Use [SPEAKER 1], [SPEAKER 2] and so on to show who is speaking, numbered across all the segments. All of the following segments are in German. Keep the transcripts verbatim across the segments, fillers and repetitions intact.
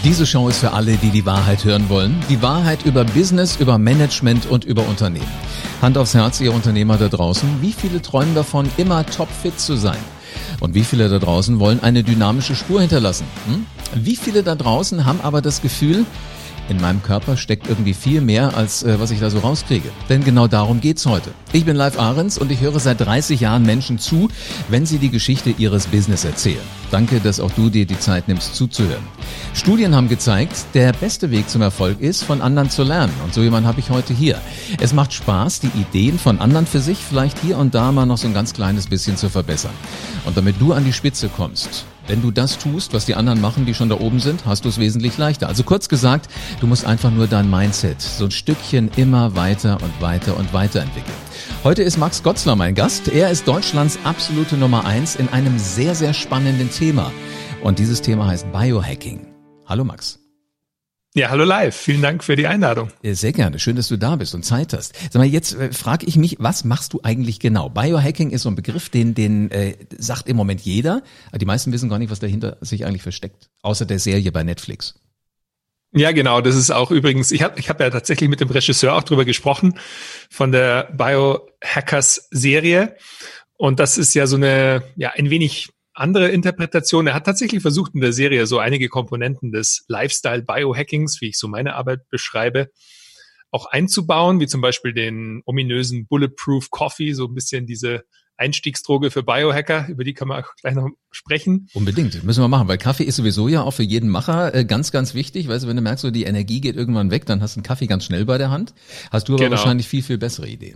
[SPEAKER 1] Diese Show ist für alle, die die Wahrheit hören wollen. Die Wahrheit über Business, über Management und über Unternehmen. Hand aufs Herz, ihr Unternehmer da draußen. Wie viele träumen davon, immer topfit zu sein? Und wie viele da draußen wollen eine dynamische Spur hinterlassen? Hm? Wie viele da draußen haben aber das Gefühl, in meinem Körper steckt irgendwie viel mehr, als äh, was ich da so rauskriege. Denn genau darum geht's heute. Ich bin Live Ahrens und ich höre seit dreißig Jahren Menschen zu, wenn sie die Geschichte ihres Business erzählen. Danke, dass auch du dir die Zeit nimmst, zuzuhören. Studien haben gezeigt, der beste Weg zum Erfolg ist, von anderen zu lernen. Und so jemanden habe ich heute hier. Es macht Spaß, die Ideen von anderen für sich vielleicht hier und da mal noch so ein ganz kleines bisschen zu verbessern. Und damit du an die Spitze kommst, wenn du das tust, was die anderen machen, die schon da oben sind, hast du es wesentlich leichter. Also kurz gesagt, du musst einfach nur dein Mindset so ein Stückchen immer weiter und weiter und weiter entwickeln. Heute ist Max Gotzler mein Gast. Er ist Deutschlands absolute Nummer eins in einem sehr, sehr spannenden Thema. Und dieses Thema heißt Biohacking. Hallo Max.
[SPEAKER 2] Ja, hallo Live. Vielen Dank für die Einladung.
[SPEAKER 1] Sehr gerne. Schön, dass du da bist und Zeit hast. Sag mal, jetzt äh, frage ich mich, was machst du eigentlich genau? Biohacking ist so ein Begriff, den, den äh, sagt im Moment jeder. Aber die meisten wissen gar nicht, was dahinter sich eigentlich versteckt. Außer der Serie bei Netflix.
[SPEAKER 2] Ja, genau. Das ist auch übrigens, ich habe ich hab ja tatsächlich mit dem Regisseur auch drüber gesprochen, von der Biohackers-Serie. Und das ist ja so eine, ja, ein wenig andere Interpretation. Er hat tatsächlich versucht, in der Serie so einige Komponenten des Lifestyle-Biohackings, wie ich so meine Arbeit beschreibe, auch einzubauen, wie zum Beispiel den ominösen Bulletproof Coffee, so ein bisschen diese Einstiegsdroge für Biohacker, über die kann man auch gleich noch sprechen.
[SPEAKER 1] Unbedingt, müssen wir machen, weil Kaffee ist sowieso ja auch für jeden Macher ganz, ganz wichtig. Weißt du, wenn du merkst, so die Energie geht irgendwann weg, dann hast du einen Kaffee ganz schnell bei der Hand. Hast du aber genau. wahrscheinlich viel, viel bessere Ideen.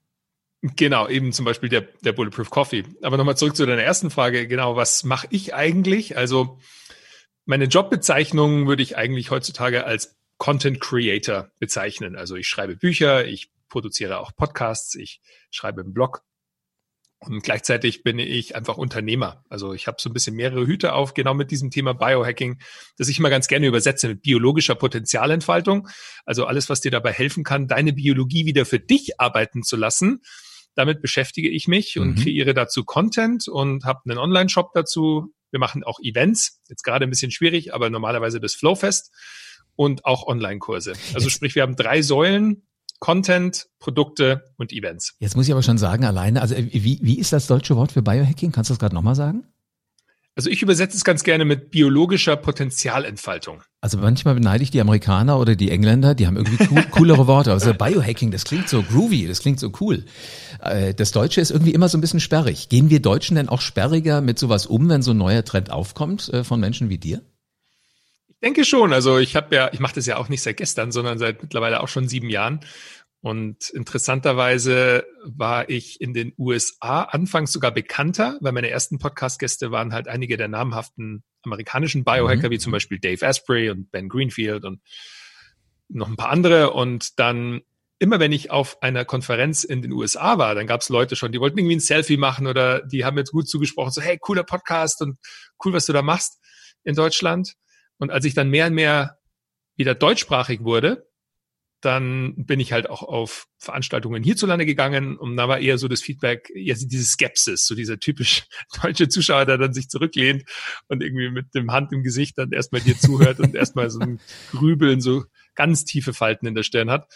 [SPEAKER 2] Genau, eben zum Beispiel der, der Bulletproof Coffee. Aber nochmal zurück zu deiner ersten Frage. Genau, was mache ich eigentlich? Also meine Jobbezeichnung würde ich eigentlich heutzutage als Content Creator bezeichnen. Also ich schreibe Bücher, ich produziere auch Podcasts, ich schreibe einen Blog und gleichzeitig bin ich einfach Unternehmer. Also ich habe so ein bisschen mehrere Hüte auf, genau mit diesem Thema Biohacking, das ich immer ganz gerne übersetze mit biologischer Potenzialentfaltung. Also alles, was dir dabei helfen kann, deine Biologie wieder für dich arbeiten zu lassen. Damit beschäftige ich mich und mhm. kreiere dazu Content und habe einen Online-Shop dazu. Wir machen auch Events, jetzt gerade ein bisschen schwierig, aber normalerweise das Flowfest und auch Online-Kurse. Also jetzt. Sprich, wir haben drei Säulen: Content, Produkte und Events.
[SPEAKER 1] Jetzt muss ich aber schon sagen, alleine, also wie, wie ist das deutsche Wort für Biohacking? Kannst du das gerade nochmal sagen?
[SPEAKER 2] Also ich übersetze es ganz gerne mit biologischer Potenzialentfaltung.
[SPEAKER 1] Also manchmal beneide ich die Amerikaner oder die Engländer, die haben irgendwie cool, coolere Worte. Also Biohacking, das klingt so groovy, das klingt so cool. Das Deutsche ist irgendwie immer so ein bisschen sperrig. Gehen wir Deutschen denn auch sperriger mit sowas um, wenn so ein neuer Trend aufkommt von Menschen wie dir?
[SPEAKER 2] Ich denke schon. Also ich habe ja, ich mache das ja auch nicht seit gestern, sondern seit mittlerweile auch schon sieben Jahren. Und interessanterweise war ich in den U S A anfangs sogar bekannter, weil meine ersten Podcast-Gäste waren halt einige der namhaften amerikanischen Biohacker, mhm. wie zum Beispiel Dave Asprey und Ben Greenfield und noch ein paar andere. Und dann immer, wenn ich auf einer Konferenz in den U S A war, dann gab es Leute schon, die wollten irgendwie ein Selfie machen oder die haben jetzt gut zugesprochen, so hey, cooler Podcast und cool, was du da machst in Deutschland. Und als ich dann mehr und mehr wieder deutschsprachig wurde, dann bin ich halt auch auf Veranstaltungen hierzulande gegangen und da war eher so das Feedback, eher diese Skepsis, so dieser typisch deutsche Zuschauer, der dann sich zurücklehnt und irgendwie mit dem Hand im Gesicht dann erstmal dir zuhört und erstmal so ein Grübeln, so ganz tiefe Falten in der Stirn hat.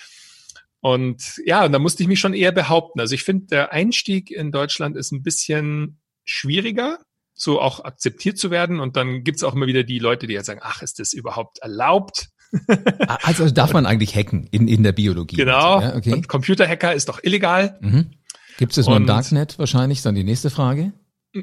[SPEAKER 2] Und ja, und da musste ich mich schon eher behaupten. Also ich finde, der Einstieg in Deutschland ist ein bisschen schwieriger, so auch akzeptiert zu werden. Und dann gibt's auch immer wieder die Leute, die halt sagen, ach, ist das überhaupt erlaubt?
[SPEAKER 1] Also darf man eigentlich hacken in, in der Biologie?
[SPEAKER 2] Genau.
[SPEAKER 1] Ja, okay.
[SPEAKER 2] Und Computerhacker ist doch illegal.
[SPEAKER 1] Mhm. Gibt es das nur im Darknet wahrscheinlich? Ist dann die nächste Frage.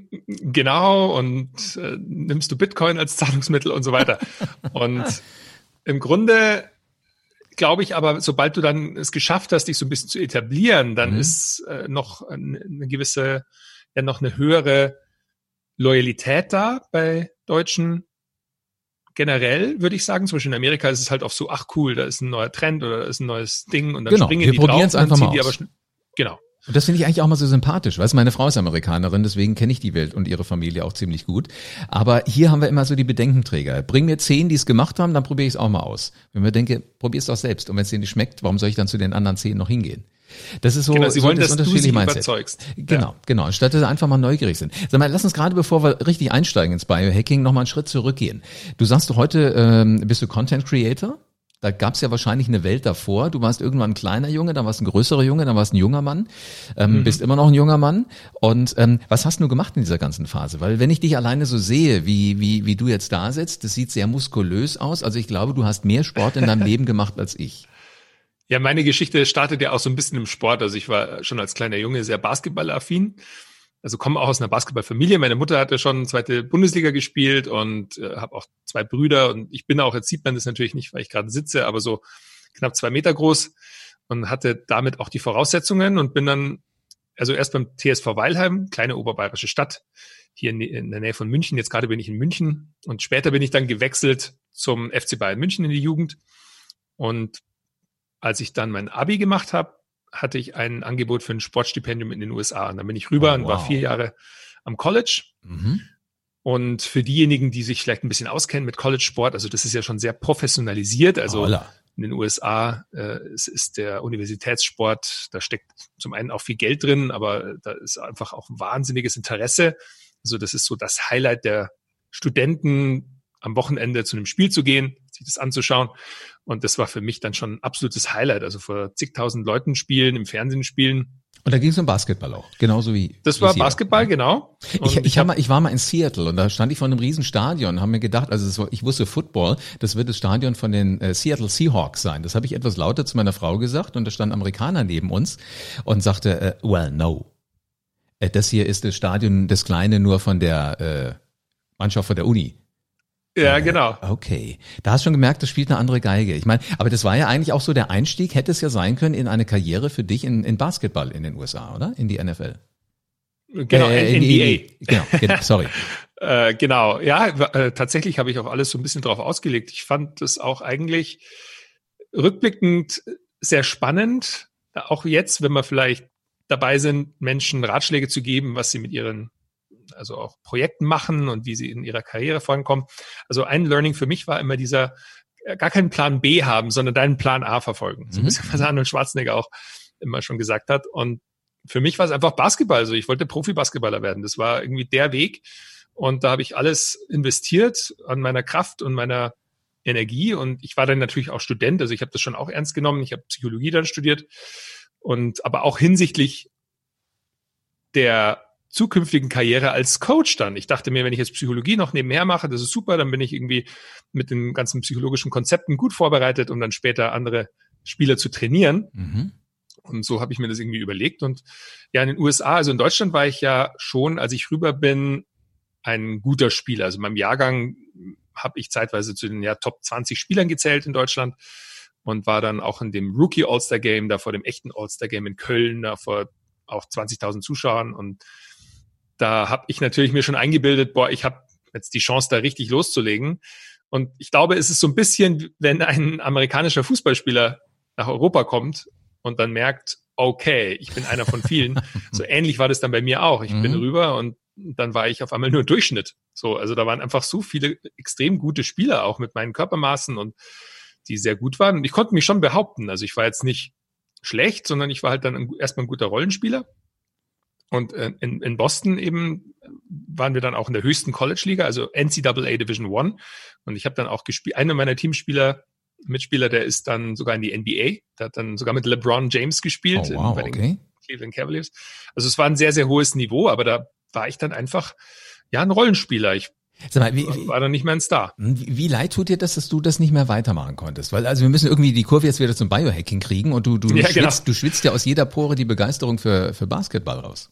[SPEAKER 2] Genau. Und äh, nimmst du Bitcoin als Zahlungsmittel und so weiter. Und im Grunde glaube ich aber, sobald du dann es geschafft hast, dich so ein bisschen zu etablieren, dann mhm. ist äh, noch eine, eine gewisse, ja noch eine höhere Loyalität da bei Deutschen. Generell würde ich sagen, zum Beispiel in Amerika ist es halt oft so, ach cool, da ist ein neuer Trend oder da ist ein neues Ding und dann
[SPEAKER 1] genau,
[SPEAKER 2] springen
[SPEAKER 1] wir
[SPEAKER 2] die drauf.
[SPEAKER 1] probieren es einfach mal
[SPEAKER 2] die
[SPEAKER 1] aus.
[SPEAKER 2] Aber genau.
[SPEAKER 1] Und das finde ich eigentlich auch mal so sympathisch. Weißt du, meine Frau ist Amerikanerin, deswegen kenne ich die Welt und ihre Familie auch ziemlich gut. Aber hier haben wir immer so die Bedenkenträger. Bring mir zehn, die es gemacht haben, dann probiere ich es auch mal aus. Wenn wir denken, probier es doch selbst. Und wenn es dir nicht schmeckt, warum soll ich dann zu den anderen zehn noch hingehen? Das ist so,
[SPEAKER 2] genau, sie
[SPEAKER 1] so
[SPEAKER 2] wollen,
[SPEAKER 1] das
[SPEAKER 2] dass du
[SPEAKER 1] unterschiedliche
[SPEAKER 2] sie
[SPEAKER 1] Mindset.
[SPEAKER 2] überzeugst.
[SPEAKER 1] Genau,
[SPEAKER 2] ja.
[SPEAKER 1] genau. Anstatt dass sie einfach mal neugierig sind. Sag mal, lass uns gerade, bevor wir richtig einsteigen ins Biohacking, nochmal einen Schritt zurückgehen. Du sagst, heute ähm, bist du Content Creator. Da gab es ja wahrscheinlich eine Welt davor. Du warst irgendwann ein kleiner Junge, dann warst du ein größerer Junge, dann warst du ein junger Mann, ähm, mhm. bist immer noch ein junger Mann. Und ähm, was hast du gemacht in dieser ganzen Phase? Weil wenn ich dich alleine so sehe, wie wie wie du jetzt da sitzt, das sieht sehr muskulös aus. Also ich glaube, du hast mehr Sport in deinem Leben gemacht als ich.
[SPEAKER 2] Ja, meine Geschichte startet ja auch so ein bisschen im Sport. Also ich war schon als kleiner Junge sehr basketballaffin. Also komme auch aus einer Basketballfamilie. Meine Mutter hatte schon zweite Bundesliga gespielt und äh, habe auch zwei Brüder. Und ich bin auch, jetzt sieht man das natürlich nicht, weil ich gerade sitze, aber so knapp zwei Meter groß und hatte damit auch die Voraussetzungen und bin dann, also erst beim T S V Weilheim, kleine oberbayerische Stadt, hier in, in der Nähe von München. Jetzt gerade bin ich in München und später bin ich dann gewechselt zum F C Bayern München in die Jugend. Und als ich dann mein Abi gemacht habe, hatte ich ein Angebot für ein Sportstipendium in den U S A. Und dann bin ich rüber oh, wow. und war vier Jahre am College. Mhm. Und für diejenigen, die sich vielleicht ein bisschen auskennen mit College-Sport, also das ist ja schon sehr professionalisiert. Also oh, in den U S A äh, es ist der Universitätssport, da steckt zum einen auch viel Geld drin, aber da ist einfach auch ein wahnsinniges Interesse. Also das ist so das Highlight der Studenten, am Wochenende zu einem Spiel zu gehen, sich das anzuschauen. Und das war für mich dann schon ein absolutes Highlight. Also vor zigtausend Leuten spielen, im Fernsehen spielen.
[SPEAKER 1] Und da ging es um Basketball auch, genauso wie
[SPEAKER 2] Das war Basketball, genau.
[SPEAKER 1] Und ich, ich, ich, hab mal, ich war mal in Seattle und da stand ich vor einem riesen Stadion und habe mir gedacht, also das war, ich wusste Football, das wird das Stadion von den äh, Seattle Seahawks sein. Das habe ich etwas lauter zu meiner Frau gesagt und da stand ein Amerikaner neben uns und sagte, äh, well, no. Äh, das hier ist das Stadion, das kleine nur von der äh, Mannschaft von der Uni.
[SPEAKER 2] Ja, genau.
[SPEAKER 1] Okay. Da hast du schon gemerkt, das spielt eine andere Geige. Ich meine, aber das war ja eigentlich auch so der Einstieg, hätte es ja sein können in eine Karriere für dich in, in Basketball in den U S A, oder? In die N F L.
[SPEAKER 2] Genau, äh, N B A.
[SPEAKER 1] Genau, genau, sorry.
[SPEAKER 2] äh, genau, ja, äh, tatsächlich habe ich auch alles so ein bisschen drauf ausgelegt. Ich fand das auch eigentlich rückblickend sehr spannend, auch jetzt, wenn wir vielleicht dabei sind, Menschen Ratschläge zu geben, was sie mit ihren also auch Projekten machen und wie sie in ihrer Karriere vorankommen. Also ein Learning für mich war immer dieser, gar keinen Plan B haben, sondern deinen Plan A verfolgen. So ein bisschen, was Arnold Schwarzenegger auch immer schon gesagt hat. Und für mich war es einfach Basketball. Also ich wollte Profi-Basketballer werden. Das war irgendwie der Weg. Und da habe ich alles investiert an meiner Kraft und meiner Energie. Und ich war dann natürlich auch Student. Also ich habe das schon auch ernst genommen. Ich habe Psychologie dann studiert. Und aber auch hinsichtlich der zukünftigen Karriere als Coach dann. Ich dachte mir, wenn ich jetzt Psychologie noch nebenher mache, das ist super, dann bin ich irgendwie mit den ganzen psychologischen Konzepten gut vorbereitet, um dann später andere Spieler zu trainieren. Mhm. Und so habe ich mir das irgendwie überlegt. Und ja, in den U S A, also in Deutschland war ich ja schon, als ich rüber bin, ein guter Spieler. Also in meinem Jahrgang habe ich zeitweise zu den ja, Top zwanzig Spielern gezählt in Deutschland und war dann auch in dem Rookie All-Star Game, da vor dem echten All-Star Game in Köln, da vor auch zwanzigtausend Zuschauern. Und da habe ich natürlich mir schon eingebildet, boah, ich habe jetzt die Chance, da richtig loszulegen. Und ich glaube, es ist so ein bisschen, wenn ein amerikanischer Fußballspieler nach Europa kommt und dann merkt, okay, ich bin einer von vielen. So ähnlich war das dann bei mir auch. Ich mhm. bin rüber und dann war ich auf einmal nur Durchschnitt. So, also da waren einfach so viele extrem gute Spieler, auch mit meinen Körpermaßen und die sehr gut waren. Und ich konnte mich schon behaupten. Also ich war jetzt nicht schlecht, sondern ich war halt dann erstmal ein guter Rollenspieler. Und in, in Boston eben waren wir dann auch in der höchsten College-Liga, also N C double A Division One. Und ich habe dann auch gespielt, einer meiner Teamspieler, Mitspieler, der ist dann sogar in die N B A. Der hat dann sogar mit LeBron James gespielt
[SPEAKER 1] oh, wow,
[SPEAKER 2] bei den
[SPEAKER 1] okay.
[SPEAKER 2] Cleveland Cavaliers. Also es war ein sehr, sehr hohes Niveau, aber da war ich dann einfach ja ein Rollenspieler. Ich
[SPEAKER 1] Sag mal, wie, wie,
[SPEAKER 2] war dann nicht mehr ein Star.
[SPEAKER 1] Wie, wie leid tut dir das, dass du das nicht mehr weitermachen konntest? Weil also wir müssen irgendwie die Kurve jetzt wieder zum Biohacking kriegen und du du
[SPEAKER 2] ja,
[SPEAKER 1] schwitzt,
[SPEAKER 2] genau.
[SPEAKER 1] du schwitzt ja aus jeder Pore die Begeisterung für für Basketball raus.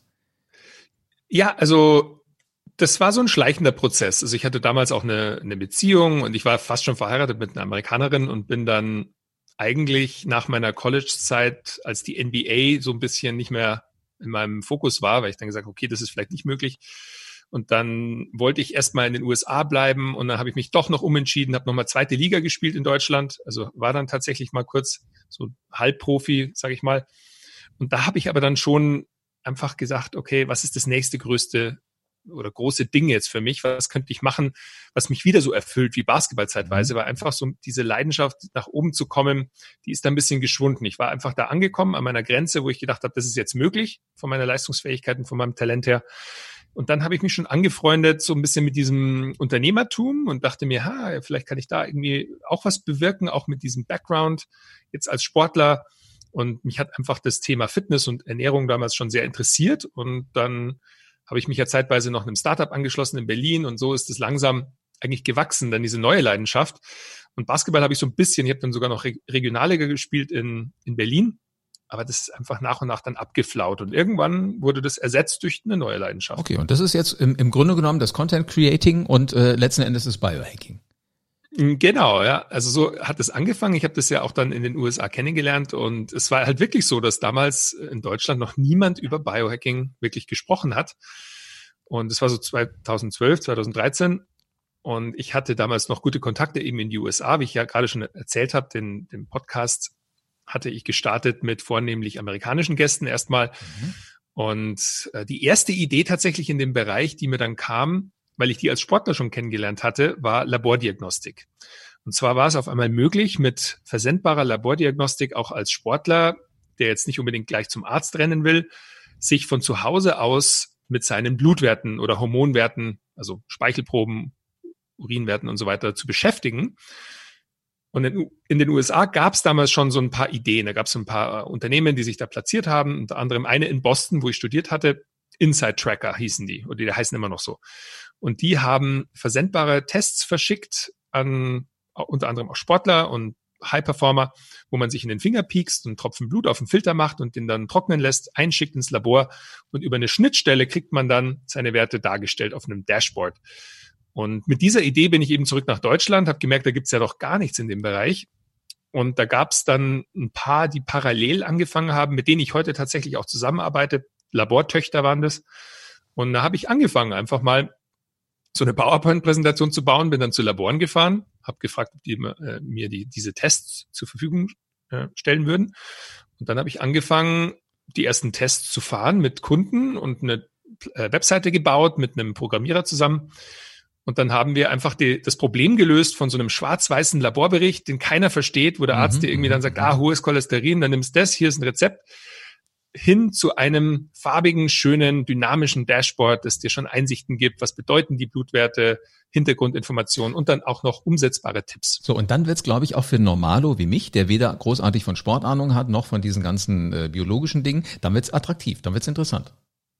[SPEAKER 2] Ja, also das war so ein schleichender Prozess. Also ich hatte damals auch eine, eine Beziehung und ich war fast schon verheiratet mit einer Amerikanerin und bin dann eigentlich nach meiner College-Zeit, als die N B A so ein bisschen nicht mehr in meinem Fokus war, weil ich dann gesagt habe, okay, das ist vielleicht nicht möglich. Und dann wollte ich erstmal in den U S A bleiben und dann habe ich mich doch noch umentschieden, habe nochmal zweite Liga gespielt in Deutschland, also war dann tatsächlich mal kurz so Halbprofi, sage ich mal. Und da habe ich aber dann schon einfach gesagt, okay, was ist das nächste größte oder große Dinge jetzt für mich. Was könnte ich machen, was mich wieder so erfüllt wie Basketball zeitweise, weil einfach so diese Leidenschaft nach oben zu kommen, die ist da ein bisschen geschwunden. Ich war einfach da angekommen an meiner Grenze, wo ich gedacht habe, das ist jetzt möglich von meiner Leistungsfähigkeit und von meinem Talent her. Und dann habe ich mich schon angefreundet so ein bisschen mit diesem Unternehmertum und dachte mir, ha, vielleicht kann ich da irgendwie auch was bewirken, auch mit diesem Background jetzt als Sportler. Und mich hat einfach das Thema Fitness und Ernährung damals schon sehr interessiert. Und dann habe ich mich ja zeitweise noch einem Startup angeschlossen in Berlin. Und so ist es langsam eigentlich gewachsen, dann diese neue Leidenschaft. Und Basketball habe ich so ein bisschen, ich habe dann sogar noch Regionalliga gespielt in, in Berlin. Aber das ist einfach nach und nach dann abgeflaut. Und irgendwann wurde das ersetzt durch eine neue Leidenschaft.
[SPEAKER 1] Okay, und das ist jetzt im, im Grunde genommen das Content Creating und äh, letzten Endes das Biohacking.
[SPEAKER 2] Genau, ja. Also so hat es angefangen. Ich habe das ja auch dann in den U S A kennengelernt. Und es war halt wirklich so, dass damals in Deutschland noch niemand über Biohacking wirklich gesprochen hat. Und es war so zweitausendzwölf, zweitausenddreizehn. Und ich hatte damals noch gute Kontakte eben in die U S A, wie ich ja gerade schon erzählt habe, den, den Podcast hatte ich gestartet mit vornehmlich amerikanischen Gästen erstmal. Mhm. Und äh, die erste Idee tatsächlich in dem Bereich, die mir dann kam, weil ich die als Sportler schon kennengelernt hatte, war Labordiagnostik. Und zwar war es auf einmal möglich, mit versendbarer Labordiagnostik auch als Sportler, der jetzt nicht unbedingt gleich zum Arzt rennen will, sich von zu Hause aus mit seinen Blutwerten oder Hormonwerten, also Speichelproben, Urinwerten und so weiter zu beschäftigen. Und in, in den U S A gab es damals schon so ein paar Ideen. Da gab es ein paar Unternehmen, die sich da platziert haben. Unter anderem eine in Boston, wo ich studiert hatte. Inside Tracker hießen die. Oder die heißen immer noch so. Und die haben versendbare Tests verschickt an unter anderem auch Sportler und High-Performer, wo man sich in den Finger piekst, einen Tropfen Blut auf den Filter macht und den dann trocknen lässt, einschickt ins Labor. Und über eine Schnittstelle kriegt man dann seine Werte dargestellt auf einem Dashboard. Und mit dieser Idee bin ich eben zurück nach Deutschland, habe gemerkt, da gibt's ja doch gar nichts in dem Bereich. Und da gab's dann ein paar, die parallel angefangen haben, mit denen ich heute tatsächlich auch zusammenarbeite. Labortöchter waren das. Und da habe ich angefangen, einfach mal so eine PowerPoint-Präsentation zu bauen, bin dann zu Laboren gefahren, habe gefragt, ob die äh, mir die, diese Tests zur Verfügung äh, stellen würden. Und dann habe ich angefangen, die ersten Tests zu fahren mit Kunden und eine äh, Webseite gebaut mit einem Programmierer zusammen. Und dann haben wir einfach die, das Problem gelöst von so einem schwarz-weißen Laborbericht, den keiner versteht, wo der Arzt dir irgendwie dann sagt, ah, hohes Cholesterin, dann nimmst du das, hier ist ein Rezept, hin zu einem farbigen, schönen, dynamischen Dashboard, das dir schon Einsichten gibt, was bedeuten die Blutwerte, Hintergrundinformationen und dann auch noch umsetzbare Tipps.
[SPEAKER 1] So, und dann wird's, glaube ich, auch für Normalo wie mich, der weder großartig von Sportahnung hat, noch von diesen ganzen äh, biologischen Dingen, dann wird's attraktiv, dann wird's interessant.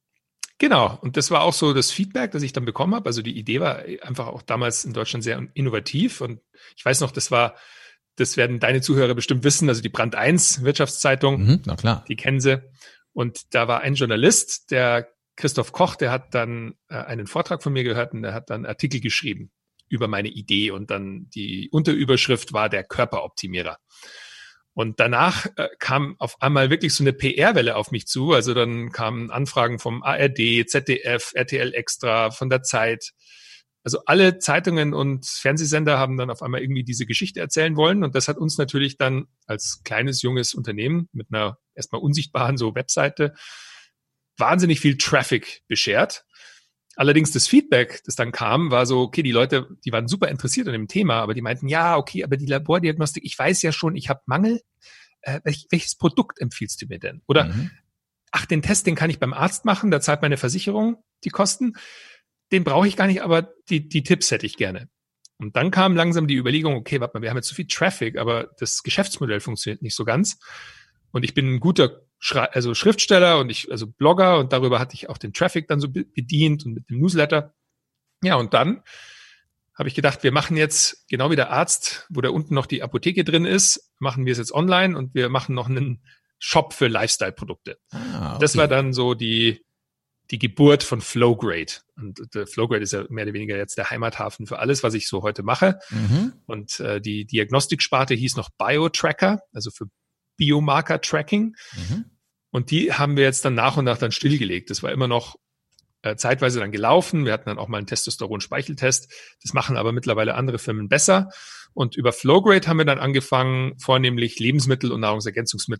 [SPEAKER 2] Genau, und das war auch so das Feedback, das ich dann bekommen habe. Also die Idee war einfach auch damals in Deutschland sehr innovativ und ich weiß noch, das war, das werden deine Zuhörer bestimmt wissen, also die Brand eins Wirtschaftszeitung,
[SPEAKER 1] mhm, na klar,
[SPEAKER 2] die kennen sie. Und da war ein Journalist, der Christoph Koch, der hat dann äh, einen Vortrag von mir gehört und der hat dann Artikel geschrieben über meine Idee und dann die Unterüberschrift war der Körperoptimierer. Und danach äh, kam auf einmal wirklich so eine P R-Welle auf mich zu. Also dann kamen Anfragen vom A R D, Z D F, R T L Extra, von der Zeit. Also alle Zeitungen und Fernsehsender haben dann auf einmal irgendwie diese Geschichte erzählen wollen. Und das hat uns natürlich dann als kleines, junges Unternehmen mit einer erstmal unsichtbaren so Webseite wahnsinnig viel Traffic beschert. Allerdings das Feedback, das dann kam, war so, okay, die Leute, die waren super interessiert an dem Thema, aber die meinten, ja, okay, aber die Labordiagnostik, ich weiß ja schon, ich habe Mangel. Äh, welch, welches Produkt empfiehlst du mir denn? Oder, mhm. ach, den Test, den kann ich beim Arzt machen, da zahlt meine Versicherung die Kosten. Den brauche ich gar nicht, aber die, die Tipps hätte ich gerne. Und dann kam langsam die Überlegung, okay, warte mal, wir haben jetzt so viel Traffic, aber das Geschäftsmodell funktioniert nicht so ganz. Und ich bin ein guter Schre- also Schriftsteller und ich, also Blogger und darüber hatte ich auch den Traffic dann so bedient und mit dem Newsletter. Ja, und dann habe ich gedacht, wir machen jetzt genau wie der Arzt, wo da unten noch die Apotheke drin ist, machen wir es jetzt online und wir machen noch einen Shop für Lifestyle-Produkte. Ah, okay. Das war dann so die, die Geburt von Flowgrade. Und der Flowgrade ist ja mehr oder weniger jetzt der Heimathafen für alles, was ich so heute mache. Mhm. Und äh, die Diagnostiksparte hieß noch BioTracker, also für Biomarker-Tracking. Mhm. Und die haben wir jetzt dann nach und nach dann stillgelegt. Das war immer noch äh, zeitweise dann gelaufen. Wir hatten dann auch mal einen Testosteron-Speicheltest. Das machen aber mittlerweile andere Firmen besser. Und über Flowgrade haben wir dann angefangen, vornehmlich Lebensmittel und Nahrungsergänzungsmittel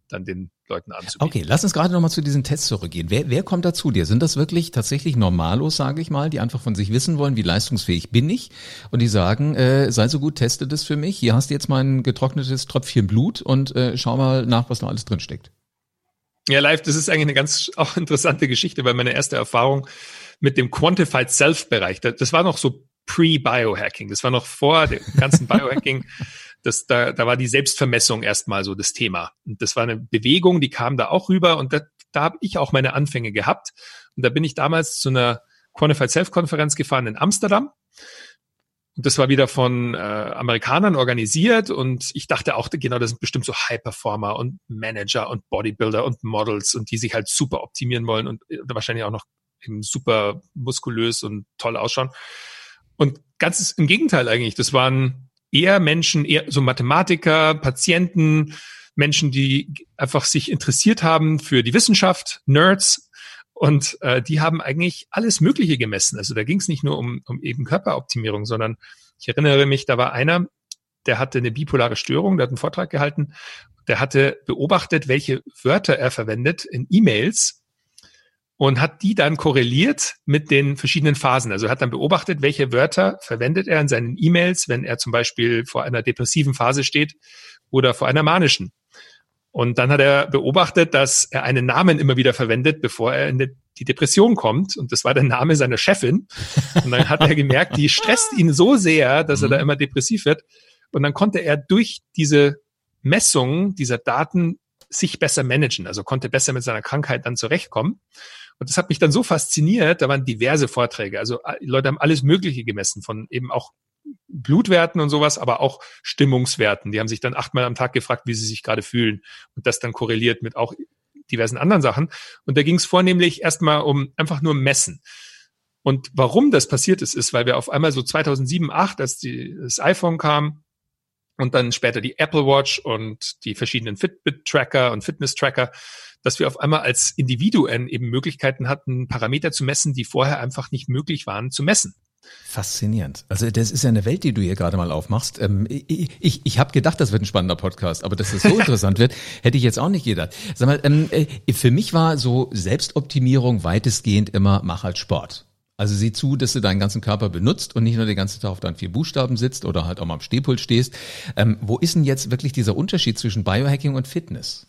[SPEAKER 2] dann den Leuten anzubieten.
[SPEAKER 1] Okay, lass uns gerade nochmal zu diesen Tests zurückgehen. Wer, wer kommt da zu dir? Sind das wirklich tatsächlich Normalos, sage ich mal, die einfach von sich wissen wollen, wie leistungsfähig bin ich? Und die sagen, äh, sei so gut, teste das für mich. Hier hast du jetzt mein getrocknetes Tröpfchen Blut und äh, schau mal nach, was noch alles drin steckt.
[SPEAKER 2] Ja, live, das ist eigentlich eine ganz auch interessante Geschichte, weil meine erste Erfahrung mit dem Quantified Self-Bereich, das war noch so pre-Biohacking, das war noch vor dem ganzen Biohacking. Das, da, da war die Selbstvermessung erstmal so das Thema. Und das war eine Bewegung, die kam da auch rüber und da, da habe ich auch meine Anfänge gehabt. Und da bin ich damals zu einer Quantified Self-Konferenz gefahren in Amsterdam. Und das war wieder von äh, Amerikanern organisiert und ich dachte auch, genau, das sind bestimmt so High-Performer und Manager und Bodybuilder und Models und die sich halt super optimieren wollen und wahrscheinlich auch noch eben super muskulös und toll ausschauen. Und ganz im Gegenteil eigentlich, das waren eher Menschen, eher so Mathematiker, Patienten, Menschen, die einfach sich interessiert haben für die Wissenschaft, Nerds. Und äh, die haben eigentlich alles Mögliche gemessen. Also da ging es nicht nur um, um eben Körperoptimierung, sondern ich erinnere mich, da war einer, der hatte eine bipolare Störung, der hat einen Vortrag gehalten, der hatte beobachtet, welche Wörter er verwendet in E-Mails und hat die dann korreliert mit den verschiedenen Phasen. Also er hat dann beobachtet, welche Wörter verwendet er in seinen E-Mails, wenn er zum Beispiel vor einer depressiven Phase steht oder vor einer manischen. Und dann hat er beobachtet, dass er einen Namen immer wieder verwendet, bevor er in die Depression kommt. Und das war der Name seiner Chefin. Und dann hat er gemerkt, die stresst ihn so sehr, dass er da immer depressiv wird. Und dann konnte er durch diese Messung dieser Daten sich besser managen, also konnte besser mit seiner Krankheit dann zurechtkommen. Und das hat mich dann so fasziniert, da waren diverse Vorträge, also die Leute haben alles Mögliche gemessen, von eben auch Blutwerten und sowas, aber auch Stimmungswerten. Die haben sich dann achtmal am Tag gefragt, wie sie sich gerade fühlen und das dann korreliert mit auch diversen anderen Sachen. Und da ging es vornehmlich erstmal um einfach nur Messen. Und warum das passiert ist, ist, weil wir auf einmal so zweitausendsieben, achtzehn, als die, das iPhone kam, und dann später die Apple Watch und die verschiedenen Fitbit-Tracker und Fitness-Tracker, dass wir auf einmal als Individuen eben Möglichkeiten hatten, Parameter zu messen, die vorher einfach nicht möglich waren zu messen.
[SPEAKER 1] Faszinierend. Also das ist ja eine Welt, die du hier gerade mal aufmachst. Ähm, ich ich, ich habe gedacht, das wird ein spannender Podcast, aber dass das so interessant wird, hätte ich jetzt auch nicht gedacht. Sag mal, ähm, für mich war so Selbstoptimierung weitestgehend immer, mach halt Sport. Also sieh zu, dass du deinen ganzen Körper benutzt und nicht nur den ganzen Tag auf deinen vier Buchstaben sitzt oder halt auch mal am Stehpult stehst. Ähm, wo ist denn jetzt wirklich dieser Unterschied zwischen Biohacking und Fitness?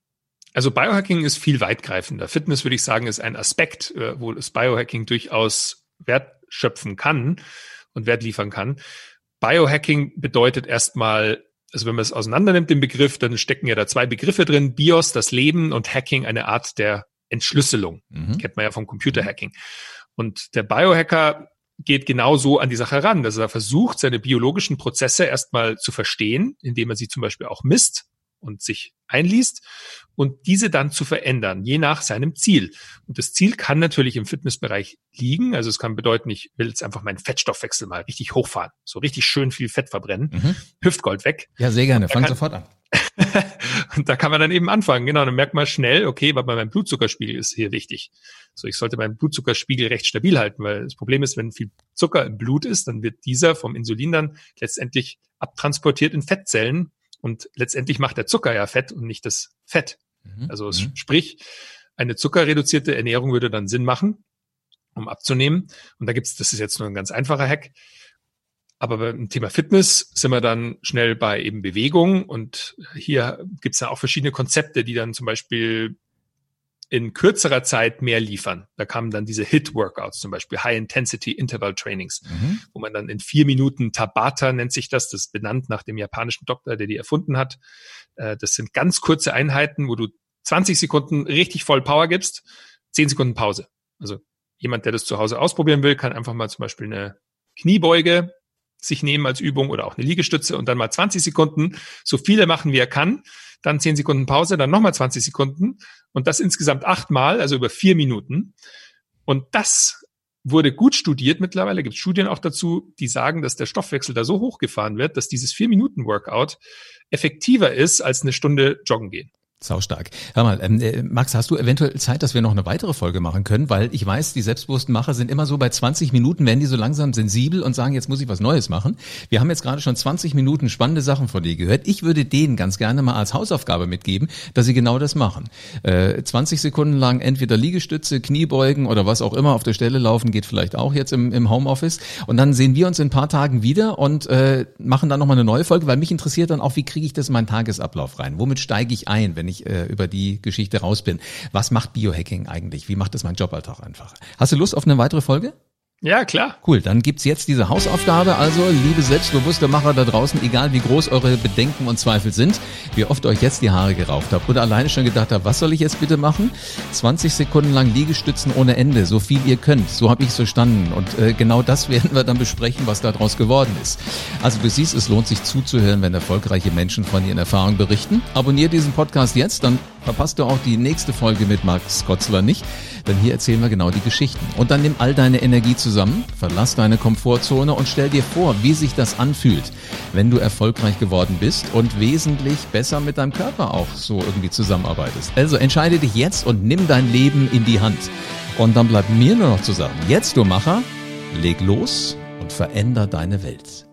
[SPEAKER 2] Also Biohacking ist viel weitgreifender. Fitness, würde ich sagen, ist ein Aspekt, wo das Biohacking durchaus Wert schöpfen kann und Wert liefern kann. Biohacking bedeutet erstmal, also wenn man es auseinander nimmt, den Begriff, dann stecken ja da zwei Begriffe drin, Bios, das Leben, und Hacking, eine Art der Entschlüsselung. Mhm. Kennt man ja vom Computerhacking. Und der Biohacker geht genau so an die Sache ran, dass er versucht, seine biologischen Prozesse erstmal zu verstehen, indem er sie zum Beispiel auch misst und sich einliest und diese dann zu verändern, je nach seinem Ziel. Und das Ziel kann natürlich im Fitnessbereich liegen. Also es kann bedeuten, ich will jetzt einfach meinen Fettstoffwechsel mal richtig hochfahren, so richtig schön viel Fett verbrennen, mhm. Hüftgold weg.
[SPEAKER 1] Ja, sehr gerne. Fang sofort an.
[SPEAKER 2] Und da kann man dann eben anfangen. Genau, dann merkt man schnell, okay, weil mein Blutzuckerspiegel ist hier wichtig. So, ich sollte meinen Blutzuckerspiegel recht stabil halten, weil das Problem ist, wenn viel Zucker im Blut ist, dann wird dieser vom Insulin dann letztendlich abtransportiert in Fettzellen und letztendlich macht der Zucker ja Fett und nicht das Fett. Mhm. Also mhm. sprich, eine zuckerreduzierte Ernährung würde dann Sinn machen, um abzunehmen. Und da gibt's, das ist jetzt nur ein ganz einfacher Hack. Aber beim Thema Fitness sind wir dann schnell bei eben Bewegung, und hier gibt's ja auch verschiedene Konzepte, die dann zum Beispiel in kürzerer Zeit mehr liefern. Da kamen dann diese Hit-Workouts, zum Beispiel High-Intensity-Interval-Trainings, mhm. wo man dann in vier Minuten Tabata nennt sich das, das ist benannt nach dem japanischen Doktor, der die erfunden hat. Das sind ganz kurze Einheiten, wo du zwanzig Sekunden richtig voll Power gibst, zehn Sekunden Pause. Also jemand, der das zu Hause ausprobieren will, kann einfach mal zum Beispiel eine Kniebeuge sich nehmen als Übung oder auch eine Liegestütze und dann mal zwanzig Sekunden, so viele machen, wie er kann, dann zehn Sekunden Pause, dann nochmal zwanzig Sekunden und das insgesamt achtmal, also über vier Minuten. Und das wurde gut studiert mittlerweile, gibt es Studien auch dazu, die sagen, dass der Stoffwechsel da so hochgefahren wird, dass dieses vier Minuten Workout effektiver ist als eine Stunde joggen gehen.
[SPEAKER 1] Saustark. Hör mal, ähm, Max, hast du eventuell Zeit, dass wir noch eine weitere Folge machen können? Weil ich weiß, die selbstbewussten Macher sind immer so bei zwanzig Minuten, werden die so langsam sensibel und sagen, jetzt muss ich was Neues machen. Wir haben jetzt gerade schon zwanzig Minuten spannende Sachen von dir gehört. Ich würde denen ganz gerne mal als Hausaufgabe mitgeben, dass sie genau das machen. Äh, zwanzig Sekunden lang entweder Liegestütze, Kniebeugen oder was auch immer auf der Stelle laufen, geht vielleicht auch jetzt im, im Homeoffice. Und dann sehen wir uns in ein paar Tagen wieder und äh, machen dann nochmal eine neue Folge, weil mich interessiert dann auch, wie kriege ich das in meinen Tagesablauf rein? Womit steige ich ein, wenn ich äh, über die Geschichte raus bin? Was macht Biohacking eigentlich? Wie macht das mein Joballtag einfach? Hast du Lust auf eine weitere Folge?
[SPEAKER 2] Ja, klar.
[SPEAKER 1] Cool, dann gibt's jetzt diese Hausaufgabe. Also, liebe selbstbewusste Macher da draußen, egal wie groß eure Bedenken und Zweifel sind, wie oft euch jetzt die Haare gerauft habt oder alleine schon gedacht habt, was soll ich jetzt bitte machen? zwanzig Sekunden lang Liegestützen ohne Ende, so viel ihr könnt. So habe ich es verstanden. Und äh, genau das werden wir dann besprechen, was daraus geworden ist. Also du siehst, es lohnt sich zuzuhören, wenn erfolgreiche Menschen von ihren Erfahrungen berichten. Abonnier diesen Podcast jetzt, dann verpasst du auch die nächste Folge mit Max Kotzler nicht. Denn hier erzählen wir genau die Geschichten. Und dann nimm all deine Energie zusammen, verlass deine Komfortzone und stell dir vor, wie sich das anfühlt, wenn du erfolgreich geworden bist und wesentlich besser mit deinem Körper auch so irgendwie zusammenarbeitest. Also entscheide dich jetzt und nimm dein Leben in die Hand. Und dann bleibt mir nur noch zu sagen, jetzt du Macher, leg los und veränder deine Welt.